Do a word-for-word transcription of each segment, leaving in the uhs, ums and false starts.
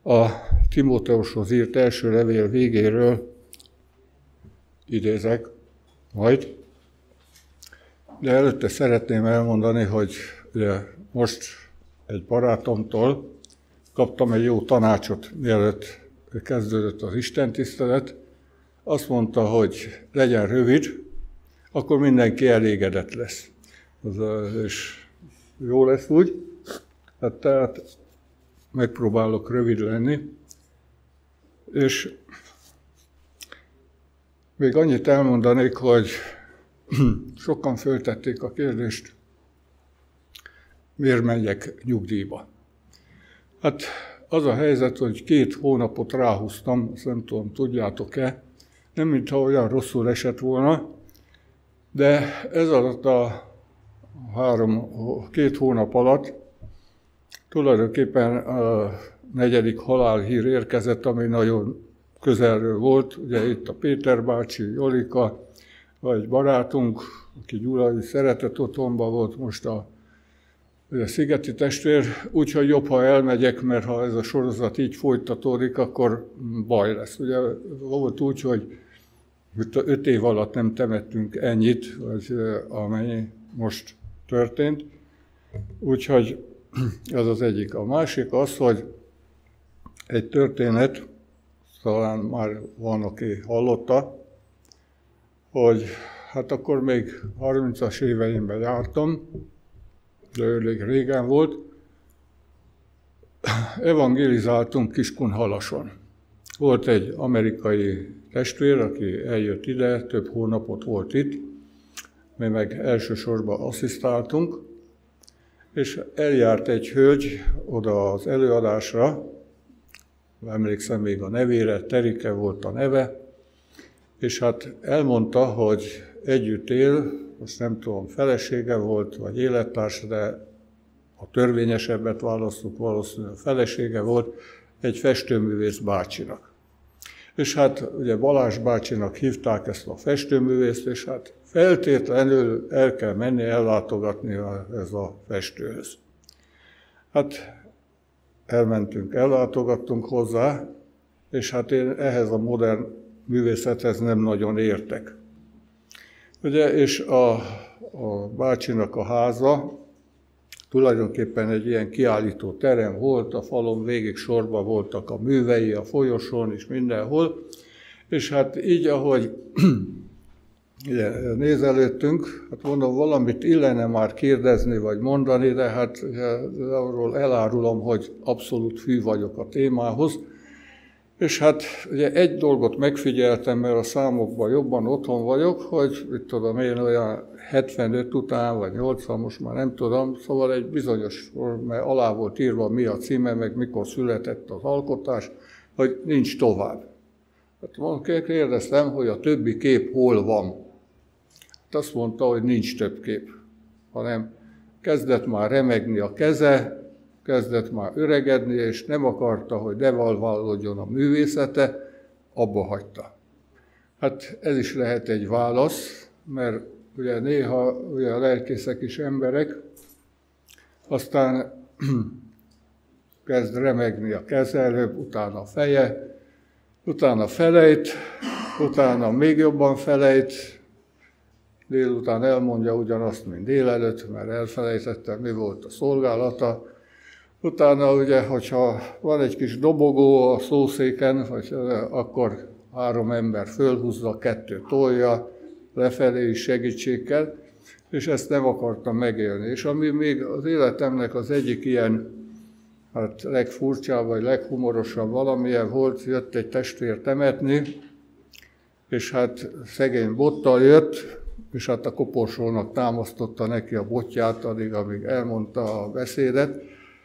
A Timóteushoz írt első levél végéről idézek majd, de előtte szeretném elmondani, hogy ugye most egy barátomtól kaptam egy jó tanácsot, mielőtt kezdődött az istentisztelet. Azt mondta, hogy legyen rövid, akkor mindenki elégedett lesz. Az, és jó lesz úgy. Hát, tehát megpróbálok rövid lenni. És még annyit elmondanék, hogy sokan föltették a kérdést, miért megyek nyugdíjba. Hát az a helyzet, hogy két hónapot ráhúztam, azt nem tudom, tudjátok-e, nem mintha olyan rosszul esett volna, de ez alatt a három, két hónap alatt tulajdonképpen a negyedik halálhír érkezett, ami nagyon közelről volt. Ugye itt a Péter bácsi, Jolika, egy barátunk, aki gyulai szeretett otthonban volt, most a, a szigeti testvér, úgyhogy jobb, ha elmegyek, mert ha ez a sorozat így folytatódik, akkor baj lesz. Ugye volt úgy, hogy öt év alatt nem temettünk ennyit, vagy amennyi most történt. Úgyhogy ez az egyik. A másik az, hogy egy történet, talán már van, aki hallotta, hogy hát akkor még harmincas éveimben jártam, de elég régen volt, evangélizáltunk Kiskunhalason. Volt egy amerikai testvér, aki eljött ide, több hónapot volt itt, mi meg elsősorban asszisztáltunk, és eljárt egy hölgy oda az előadásra, emlékszem még a nevére, Terike volt a neve, és hát elmondta, hogy együtt él, most nem tudom, felesége volt, vagy élettársa, de a törvényesebbet választjuk, valószínűleg felesége volt, egy festőművész bácsinak. És hát ugye Balázs bácsinak hívták ezt a festőművészt, és hát feltétlenül el kell menni, ellátogatni ez a festőhöz. Hát elmentünk, ellátogattunk hozzá, és hát én ehhez a modern művészethez nem nagyon értek. Ugye, és a, a bácsinak a háza tulajdonképpen egy ilyen kiállító terem volt, a falon végig sorba voltak a művei, a folyosón is mindenhol, és hát így, ahogy nézelődtünk, hát mondom, valamit illene már kérdezni vagy mondani, de hát arról elárulom, hogy abszolút hű vagyok a témához. És hát ugye egy dolgot megfigyeltem, mert a számokban jobban otthon vagyok, hogy mit tudom én, olyan hetvenöt után, vagy nyolcvan, most már nem tudom, szóval egy bizonyos, mert alá volt írva, mi a címe, meg mikor született az alkotás, hogy nincs tovább. Hát kérdeztem, hogy a többi kép hol van. Hát azt mondta, hogy nincs több kép, hanem kezdett már remegni a keze, kezdett már öregedni, és nem akarta, hogy devalválódjon a művészete, abba hagyta. Hát ez is lehet egy válasz, mert ugye néha ugye a lelkészek is emberek, aztán kezd remegni a keze előbb, utána a feje, utána felejt, utána még jobban felejt, délután elmondja ugyanazt, mint délelőtt, mert elfelejtette, mi volt a szolgálata. Utána ugye, hogyha van egy kis dobogó a szószéken, vagy, akkor három ember fölhúzza, kettő tolja, lefelé is segítségkel, és ezt nem akartam megélni. És ami még az életemnek az egyik ilyen, hát legfurcsább, vagy leghumorosabb valamilyen volt, jött egy testvér temetni, és hát szegény bottal jött, és hát a koporsónak támasztotta neki a botját, addig, amíg elmondta a beszédet.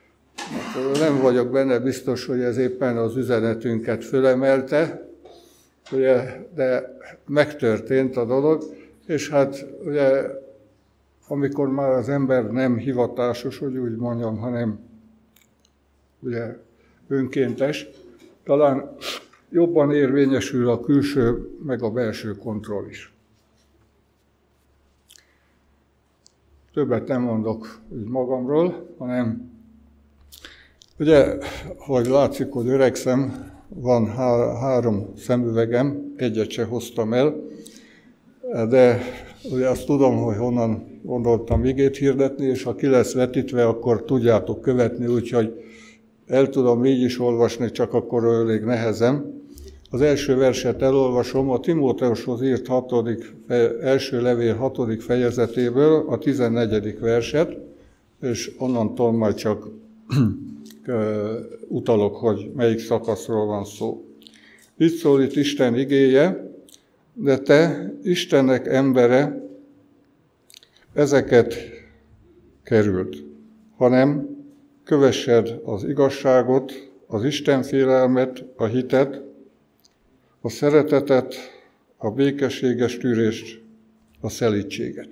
Nem vagyok benne biztos, hogy ez éppen az üzenetünket fölemelte, ugye, de megtörtént a dolog, és hát ugye, amikor már az ember nem hivatásos, hogy úgy mondjam, hanem ugye önkéntes, talán jobban érvényesül a külső, meg a belső kontroll is. Többet nem mondok így magamról, hanem Ugye, hogy látszik, hogy öregszem, van há- három szemüvegem, egyet se hoztam el, de ugye azt tudom, hogy honnan gondoltam igét hirdetni, és ha ki lesz vetítve, akkor tudjátok követni, úgyhogy el tudom így is olvasni, csak akkor elég nehezen. Az első verset elolvasom, a Timóteushoz írt hatodik, első levél hatodik fejezetéből, a tizennegyedik verset, és onnantól majd csak utalok, hogy melyik szakaszról van szó. Így szól itt Isten igéje, de te, Istennek embere, ezeket kerüld, hanem kövessed az igazságot, az Istenfélelmet, a hitet, a szeretetet, a békességes tűrést, a szelídséget.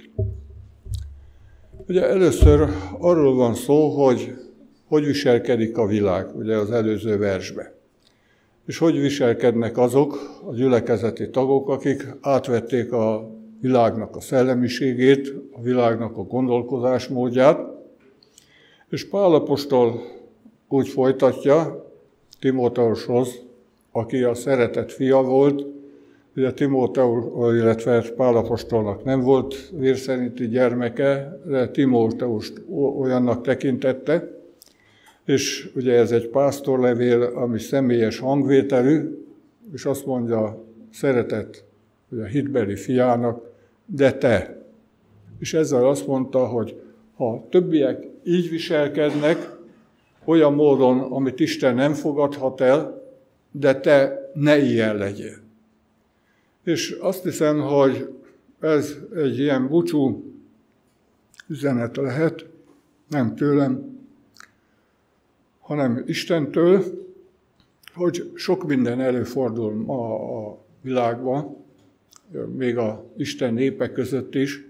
Ugye először arról van szó, hogy hogy viselkedik a világ, ugye az előző versben. És hogy viselkednek azok a gyülekezeti tagok, akik átvették a világnak a szellemiségét, a világnak a gondolkozásmódját, és Pál apostol úgy folytatja Timóteushoz, aki a szeretett fia volt, ugye Timóteus, illetve Pál apostolnak nem volt vérszerinti gyermeke, de Timóteust olyannak tekintette, és ugye ez egy pásztorlevél, ami személyes hangvételű, és azt mondja, szeretett ugye, hitbeli fiának, de te. És ezzel azt mondta, hogy ha többiek így viselkednek, olyan módon, amit Isten nem fogadhat el, de te ne ilyen legyél. És azt hiszem, hogy ez egy ilyen búcsú üzenet lehet, nem tőlem, hanem Istentől, hogy sok minden előfordul ma a világban, még a Isten népe között is.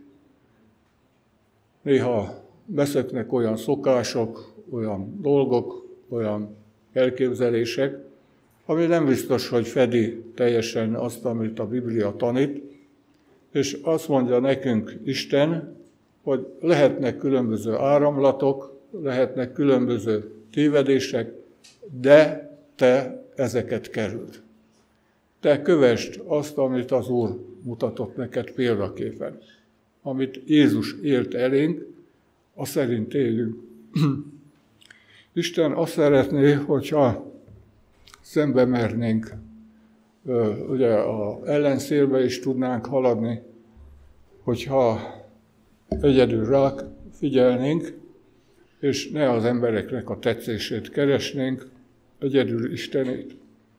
Néha beszöknek olyan szokások, olyan dolgok, olyan elképzelések, ami nem biztos, hogy fedi teljesen azt, amit a Biblia tanít, és azt mondja nekünk Isten, hogy lehetnek különböző áramlatok, lehetnek különböző tévedések, de te ezeket kerüld. Te kövesd azt, amit az Úr mutatott neked példaképpen. Amit Jézus élt elénk, azt szerint éljünk. Isten azt szeretné, hogyha szembe mernénk, ugye az ellenszélbe is tudnánk haladni, hogyha egyedül rá figyelnénk, és ne az embereknek a tetszését keresnénk, egyedül Istenét.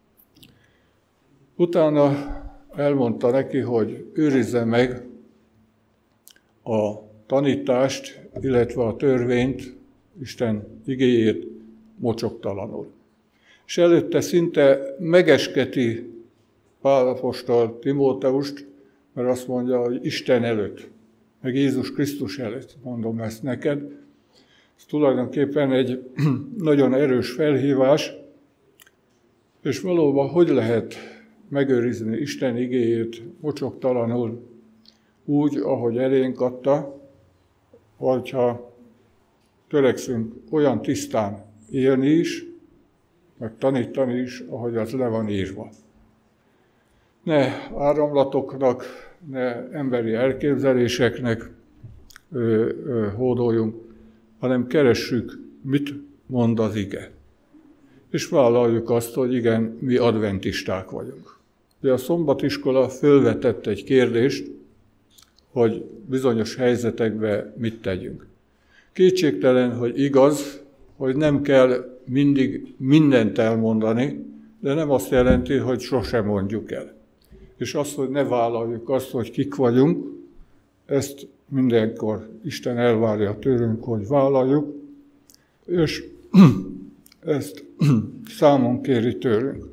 Utána elmondta neki, hogy őrizze meg a tanítást, illetve a törvényt, Isten igéjét mocsoktalanul. És előtte szinte megesketi Pál apostol Timóteust, mert azt mondja, hogy Isten előtt, meg Jézus Krisztus előtt mondom ezt neked. Ez tulajdonképpen egy nagyon erős felhívás, és valóban hogy lehet megőrizni Isten igéjét mocsoktalanul úgy, ahogy elénk adta, hogyha törekszünk olyan tisztán élni is, meg tanítani is, ahogy az le van írva. Ne áramlatoknak, ne emberi elképzeléseknek ö, ö, hódoljunk, hanem keressük, mit mond az ige. És vállaljuk azt, hogy igen, mi adventisták vagyunk. De a szombatiskola fölvetett egy kérdést, hogy bizonyos helyzetekben mit tegyünk. Kétségtelen, hogy igaz, hogy nem kell mindig mindent elmondani, de nem azt jelenti, hogy sosem mondjuk el. És azt, hogy ne vállaljuk azt, hogy kik vagyunk, ezt mindenkor Isten elvárja tőlünk, hogy vállaljuk, és ezt számon kéri tőlünk.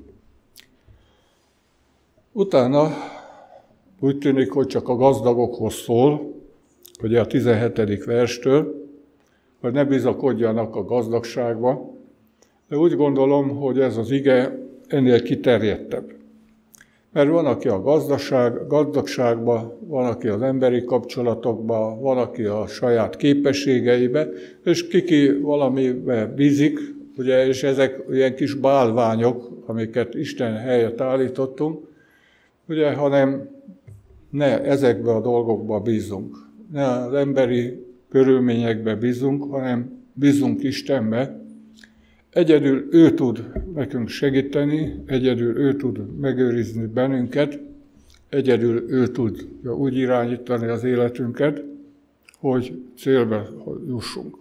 Utána úgy tűnik, hogy csak a gazdagokhoz szól, ugye a tizenhetedik verstől, hogy ne bizakodjanak a gazdagságba, de úgy gondolom, hogy ez az ige ennél kiterjedtebb. Mert van, aki a gazdaság, gazdagságba, van, aki az emberi kapcsolatokba, van, aki a saját képességeibe, és kiki valamibe bízik, ugye, és ezek ilyen kis bálványok, amiket Isten helyett állítottunk, ugye, hanem ne ezekbe a dolgokba bízunk. Ne az emberi körülményekbe bízunk, hanem bízunk Istenbe. Egyedül ő tud nekünk segíteni, egyedül ő tud megőrizni bennünket, egyedül ő tudja úgy irányítani az életünket, hogy célbe jussunk.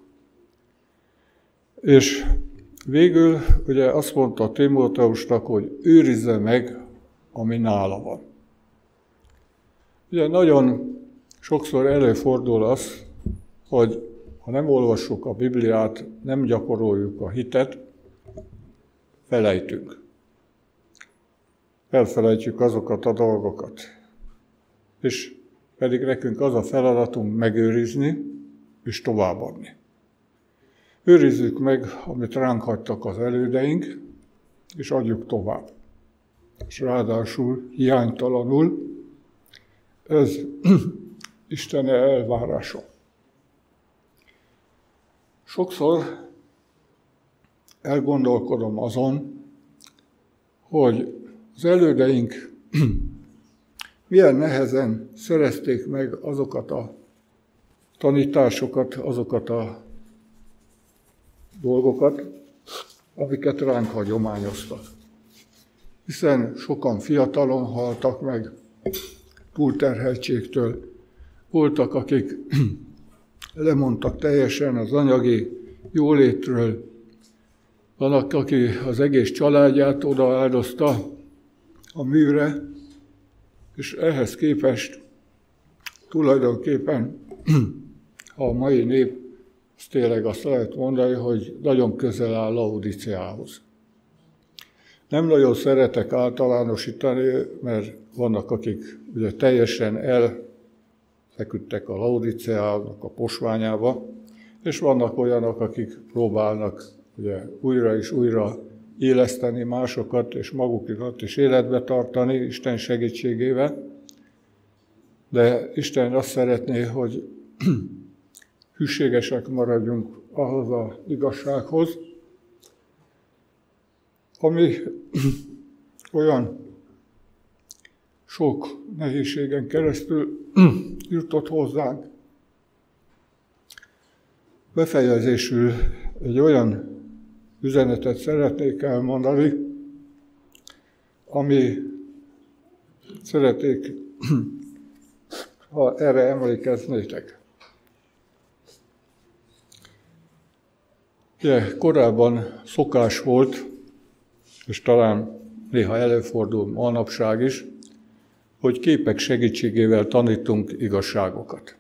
És végül ugye azt mondta Timóteusnak, hogy őrizze meg, ami nála van. Ugye nagyon sokszor előfordul az, hogy ha nem olvassuk a Bibliát, nem gyakoroljuk a hitet, felejtünk. Elfelejtjük azokat a dolgokat. És pedig nekünk az a feladatunk megőrizni és továbbadni. Őrizzük meg, amit ránk hagytak az elődeink, és adjuk tovább. És ráadásul hiánytalanul, ez Isten elvárása. Sokszor elgondolkodom azon, hogy az elődeink milyen nehezen szerezték meg azokat a tanításokat, azokat a dolgokat, amiket ránk hagyományoztak. Hiszen sokan fiatalon haltak meg túlterheltségtől. Voltak, akik lemondtak teljesen az anyagi jólétről. Van, aki az egész családját odaáldozta a műre, és ehhez képest tulajdonképpen a mai nép, az tényleg azt lehet mondani, hogy nagyon közel áll Laodiceához. Nem nagyon szeretek általánosítani, mert vannak, akik ugye teljesen elfeküdtek a Laodiceának a posványába, és vannak olyanok, akik próbálnak ugye újra és újra éleszteni másokat, és magukat is életbe tartani Isten segítségével. De Isten azt szeretné, hogy hűségesek maradjunk ahhoz az igazsághoz, ami olyan sok nehézségen keresztül jutott hozzánk. Befejezésül egy olyan üzenetet szeretnék elmondani, ami szeretnék, ha erre emlékeznétek. Ugye, korábban szokás volt, és talán néha előfordul manapság is, hogy képek segítségével tanítunk igazságokat.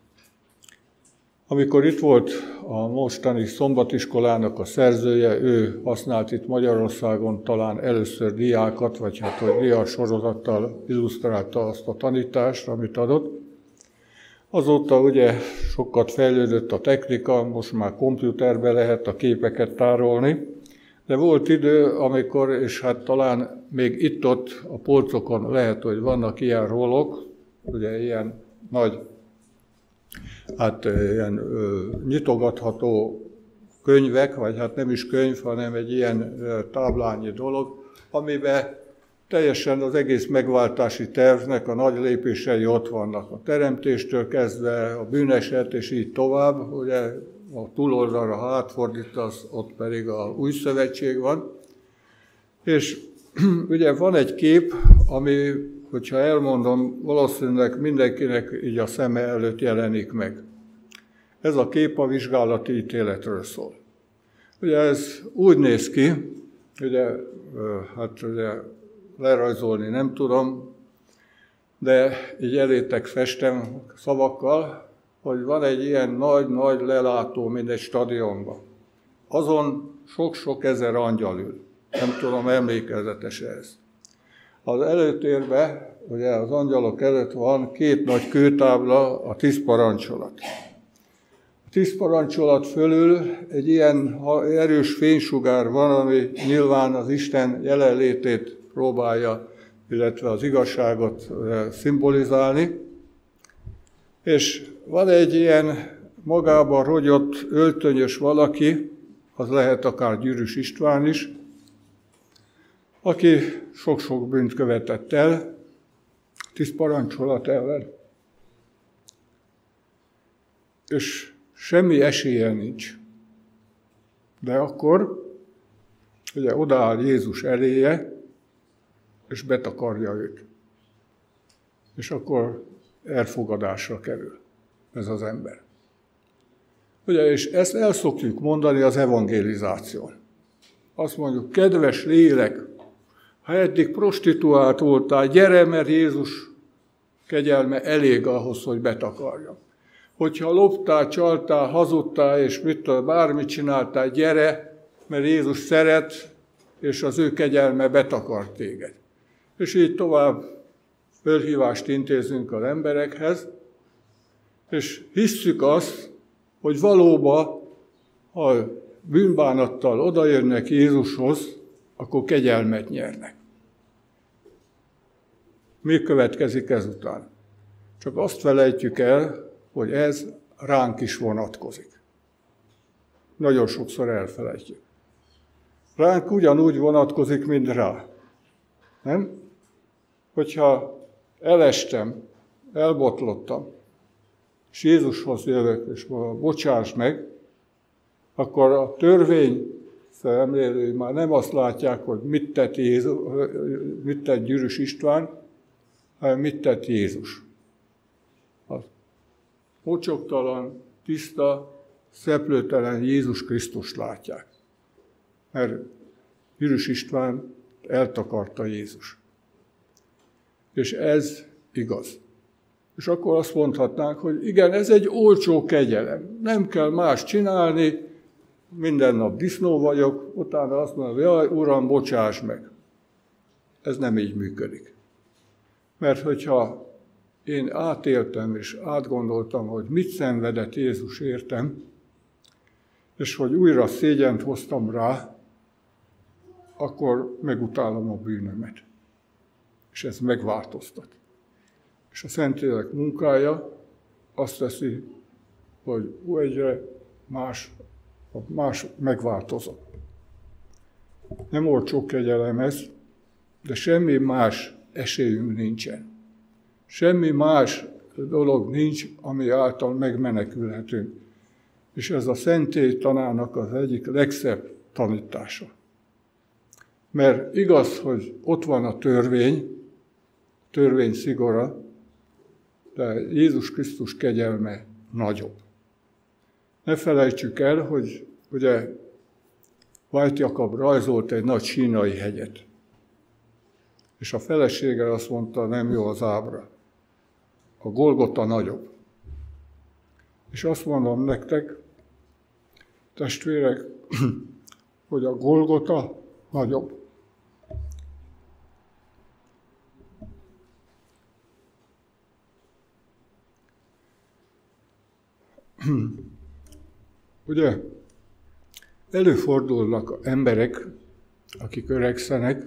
Amikor itt volt a mostani szombatiskolának a szerzője, ő használt itt Magyarországon talán először diákat, vagy hát, hogy diák sorozattal illusztrálta azt a tanítást, amit adott. Azóta ugye sokat fejlődött a technika, most már komputerbe lehet a képeket tárolni, de volt idő, amikor, és hát talán még itt-ott a polcokon lehet, hogy vannak ilyen rólok, ugye ilyen nagy, hát ilyen ö, nyitogatható könyvek, vagy hát nem is könyv, hanem egy ilyen ö, táblányi dolog, amiben teljesen az egész megváltási tervnek a nagy lépései ott vannak. A teremtéstől kezdve a bűneset, és így tovább. Ugye a túloldalra, ha átfordítasz, ott pedig a új szövetség van. És ugye van egy kép, ami, hogyha elmondom, valószínűleg mindenkinek így a szeme előtt jelenik meg. Ez a kép a vizsgálati ítéletről szól. Ugye ez úgy néz ki, ugye, hát ugye lerajzolni nem tudom, de így elétek festem szavakkal, hogy van egy ilyen nagy-nagy lelátó, mint egy stadionban. Azon sok-sok ezer angyal ül. Nem tudom, emlékezetes ez. Az előtérben, ugye az angyalok előtt van két nagy kőtábla, a tíz parancsolat. A tíz parancsolat fölül egy ilyen erős fénysugár van, ami nyilván az Isten jelenlétét próbálja, illetve az igazságot szimbolizálni. És van egy ilyen magában rogyott öltönyös valaki, az lehet akár Gyűrűs István is, aki sok-sok bűnt követett el, tíz parancsolat ellen, és semmi esélye nincs. De akkor ugye odaáll Jézus eléje, és betakarja őt. És akkor elfogadásra kerül ez az ember. Ugye, és ezt el szokjuk mondani az evangelizáción. Azt mondjuk, kedves lélek, ha eddig prostituált voltál, gyere, mert Jézus kegyelme elég ahhoz, hogy betakarjam. Hogyha loptál, csaltál, hazudtál, és mit tudom, bármit csináltál, gyere, mert Jézus szeret, és az ő kegyelme betakar téged. És így tovább fölhívást intézünk az emberekhez, és hisszük azt, hogy valóban, ha bűnbánattal odajönnek Jézushoz, akkor kegyelmet nyernek. Mi következik ezután? Csak azt felejtjük el, hogy ez ránk is vonatkozik. Nagyon sokszor elfelejtjük. Ránk ugyanúgy vonatkozik, mint rá. Nem? Hogyha elestem, elbotlottam, és Jézushoz jövök, és bocsáss meg, akkor a törvény szemlélői már nem azt látják, hogy mit tett, Jézus, mit tett Gyűrűs István, hanem mit tett Jézus. A mocsoktalan, tiszta, szeplőtelen Jézus Krisztust látják. Mert Gyűrűs István eltakarta Jézus. És ez igaz. És akkor azt mondhatnánk, hogy igen, ez egy olcsó kegyelem. Nem kell más csinálni, minden nap disznó vagyok, utána azt mondom, jaj, Uram, bocsáss meg. Ez nem így működik. Mert hogyha én átéltem és átgondoltam, hogy mit szenvedett Jézus értem, és hogy újra szégyent hoztam rá, akkor megutálom a bűnömet. És ez megváltoztat. És a Szentlélek munkája azt teszi, hogy egyre más, más megváltozott. Nem olcsó kegyelem ez, de semmi más esélyünk nincsen. Semmi más dolog nincs, ami által megmenekülhetünk. És ez a szentély tanának az egyik legszebb tanítása. Mert igaz, hogy ott van a törvény, törvény szigora, de Jézus Krisztus kegyelme nagyobb. Ne felejtsük el, hogy ugye Vajt Jakab rajzolt egy nagy sínai hegyet. És a felesége azt mondta, nem jó az ábra. A Golgota nagyobb. És azt mondom nektek, testvérek, hogy a Golgota nagyobb. Ugye, előfordulnak emberek, akik öregszenek,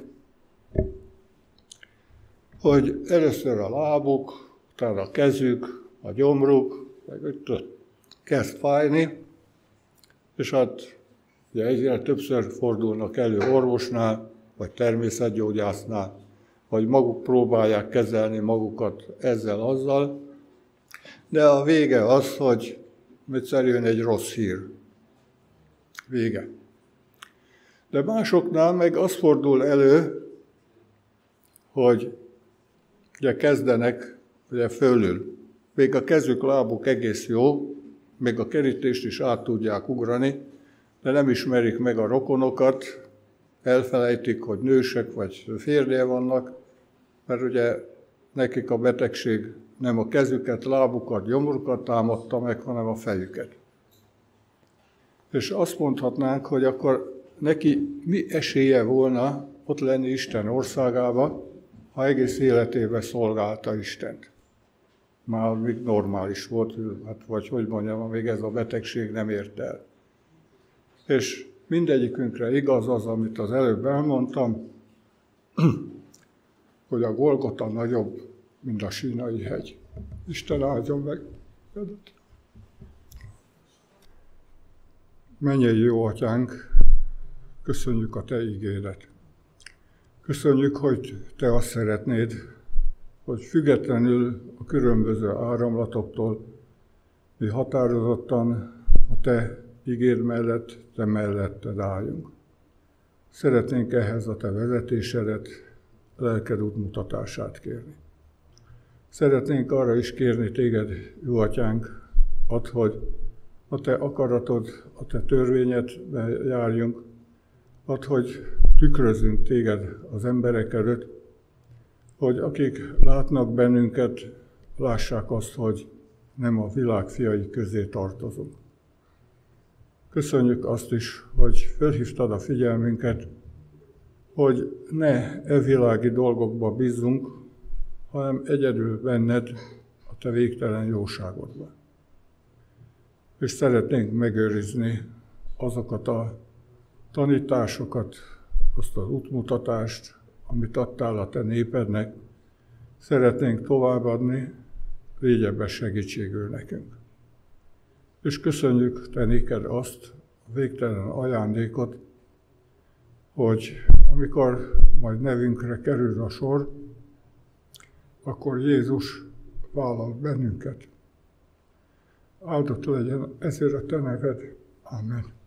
hogy először a lábuk, utána a kezük, a gyomruk, meg ott kezd fájni, és hát ugye egyre többször fordulnak elő orvosnál, vagy természetgyógyásznál, vagy maguk próbálják kezelni magukat ezzel-azzal, de a vége az, hogy egyszerűen egy rossz hír. Vége. De másoknál meg az fordul elő, hogy ugye kezdenek ugye fölül. Még a kezük, lábuk egész jó, még a kerítést is át tudják ugrani, de nem ismerik meg a rokonokat, elfelejtik, hogy nősek vagy férje vannak, mert ugye nekik a betegség nem a kezüket, lábukat, gyomrukat támadta meg, hanem a fejüket. És azt mondhatnánk, hogy akkor neki mi esélye volna ott lenni Isten országába, ha egész életében szolgálta Istent. Már még normális volt, hát, vagy hogy mondjam, még ez a betegség nem ért el. És mindegyikünkre igaz az, amit az előbb elmondtam, hogy a Golgota nagyobb, mint a Sínai hegy. Isten áldjon meg. Mennyei jó Atyánk, köszönjük a Te ígédet. Köszönjük, hogy Te azt szeretnéd, hogy függetlenül a különböző áramlatoktól mi határozottan a Te ígéd mellett, Te melletted álljunk. Szeretnénk ehhez a Te vezetésedet, lelked útmutatását kérni. Szeretnénk arra is kérni Téged, jó Atyánk, add, hogy a Te akaratod, a Te törvényedbe járjunk, add, hogy tükrözzünk Téged az emberek előtt, hogy akik látnak bennünket, lássák azt, hogy nem a világ fiai közé tartozunk. Köszönjük azt is, hogy felhívtad a figyelmünket, hogy ne e világi dolgokba bízzunk, hanem egyedül benned a Te végtelen jóságodban. És szeretnénk megőrizni azokat a tanításokat, azt az útmutatást, amit adtál a Te népednek, szeretnénk továbbadni, légy ebben segítségül nekünk. És köszönjük Te néked azt, a végtelen ajándékot, hogy amikor majd nevünkre kerül a sor, akkor Jézus vállal bennünket. Áldott legyen ezért a Te neved. Amen.